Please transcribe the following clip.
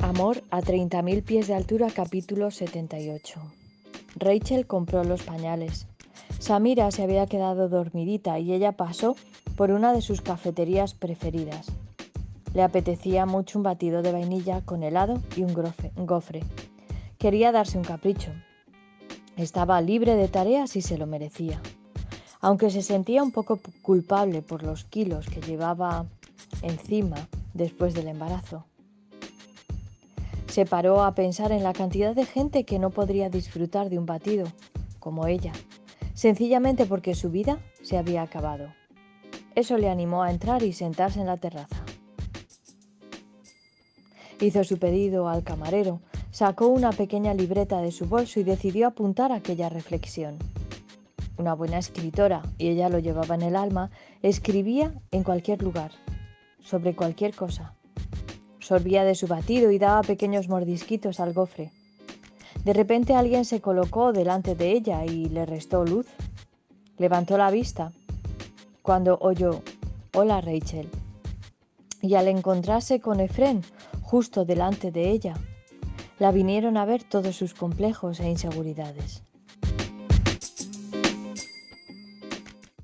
Amor a 30.000 pies de altura, capítulo 78. Rachel compró los pañales. Samira se había quedado dormidita y ella pasó por una de sus cafeterías preferidas. Le apetecía mucho un batido de vainilla con helado y un gofre. Quería darse un capricho. Estaba libre de tareas y se lo merecía. Aunque se sentía un poco culpable por los kilos que llevaba encima después del embarazo. Se paró a pensar en la cantidad de gente que no podría disfrutar de un batido, como ella, sencillamente porque su vida se había acabado. Eso le animó a entrar y sentarse en la terraza. Hizo su pedido al camarero, sacó una pequeña libreta de su bolso y decidió apuntar aquella reflexión. Una buena escritora, y ella lo llevaba en el alma, escribía en cualquier lugar, sobre cualquier cosa. Sorbía de su batido y daba pequeños mordisquitos al gofre. De repente alguien se colocó delante de ella y le restó luz. Levantó la vista cuando oyó «Hola, Rachel». Y al encontrarse con Efrén justo delante de ella, la vinieron a ver todos sus complejos e inseguridades.